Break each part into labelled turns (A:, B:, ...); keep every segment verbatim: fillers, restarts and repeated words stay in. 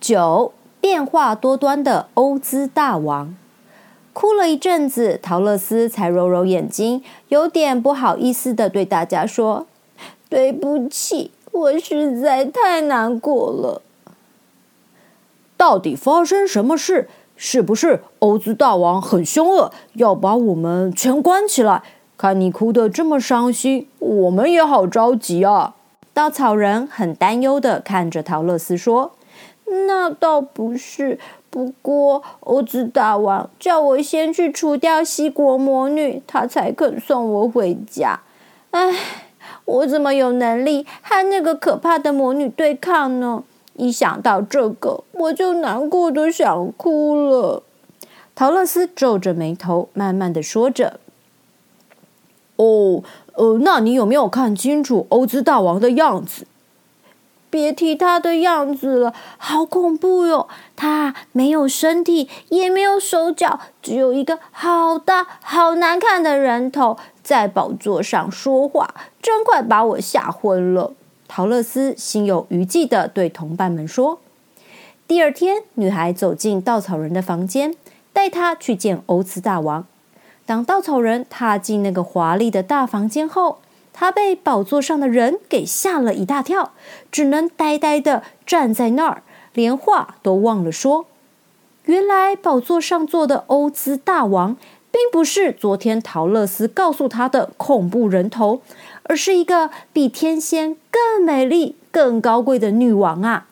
A: 九，变化多端的欧兹大王。哭了一阵子，桃乐丝才揉揉眼睛，有点不好意思地对大家说：“对不起，我实在太难过了。”
B: 到底发生什么事？是不是欧兹大王很凶恶，要把我们全关起来？看你哭得这么伤心，我们也好着急啊。
A: 稻草人很担忧地看着桃乐丝说：“那倒不是，不过欧兹大王叫我先去除掉西国魔女，他才肯送我回家。唉，我怎么有能力和那个可怕的魔女对抗呢？一想到这个，我就难过的想哭了。”桃乐丝皱着眉头，慢慢的说着：“
B: 哦，呃，那你有没有看清楚欧兹大王的样子？”“
A: 别提他的样子了，好恐怖哟！他没有身体，也没有手脚，只有一个好大、好难看的人头，在宝座上说话，真快把我吓昏了。”桃乐丝心有余悸地对同伴们说。第二天，女孩走进稻草人的房间，带他去见欧兹大王。当稻草人踏进那个华丽的大房间后，他被宝座上的人给吓了一大跳，只能呆呆地站在那儿，连话都忘了说。原来宝座上坐的欧兹大王并不是昨天桃乐丝告诉他的恐怖人头，而是一个比天仙更美丽、更高贵的女王啊！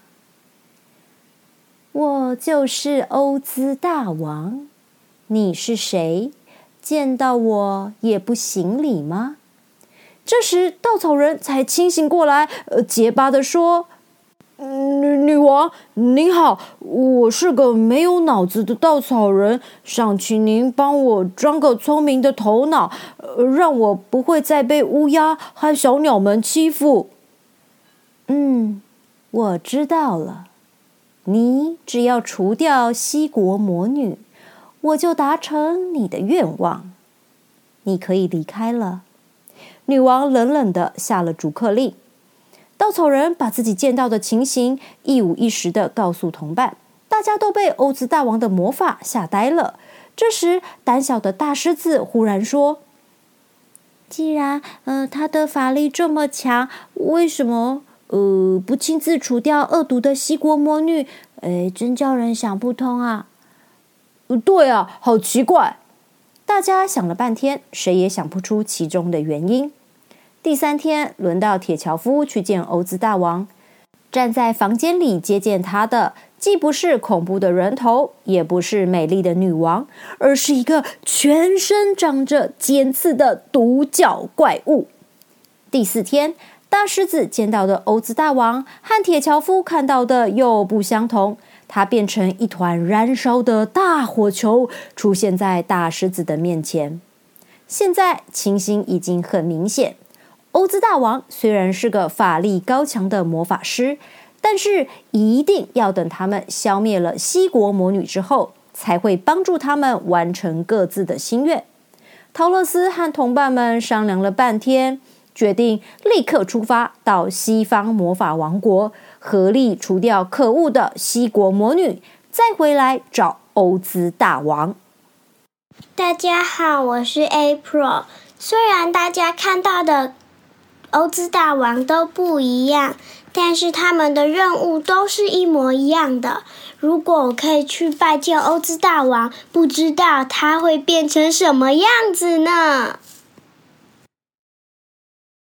A: 我就是欧兹大王，你是谁？见到我也不行礼吗？这时稻草人才清醒过来，呃，结巴地说：“
B: 女女王您好，我是个没有脑子的稻草人，想请您帮我装个聪明的头脑，呃，让我不会再被乌鸦和小鸟们欺负。”“
A: 嗯，我知道了。你只要除掉西国魔女，我就达成你的愿望，你可以离开了。”女王冷冷地下了逐客令。稻草人把自己见到的情形一五一十地告诉同伴，大家都被欧兹大王的魔法吓呆了。这时，胆小的大狮子忽然说：“既然呃他的法力这么强，为什么呃不亲自除掉恶毒的西国魔女？哎，真叫人想不通啊！”“
B: 呃、对啊，好奇怪。”
A: 大家想了半天，谁也想不出其中的原因。第三天，轮到铁樵夫去见欧兹大王。站在房间里接见他的，既不是恐怖的人头，也不是美丽的女王，而是一个全身长着尖刺的独角怪物。第四天，大狮子见到的欧兹大王和铁樵夫看到的又不相同。它变成一团燃烧的大火球，出现在大狮子的面前。现在情形已经很明显，欧兹大王虽然是个法力高强的魔法师，但是一定要等他们消灭了西国魔女之后，才会帮助他们完成各自的心愿。桃乐丝和同伴们商量了半天，决定立刻出发到西方魔法王国，合力除掉可恶的西国魔女，再回来找欧兹大王。
C: 大家好，我是 April。 虽然大家看到的欧兹大王都不一样，但是他们的任务都是一模一样的。如果我可以去拜见欧兹大王，不知道他会变成什么样子呢？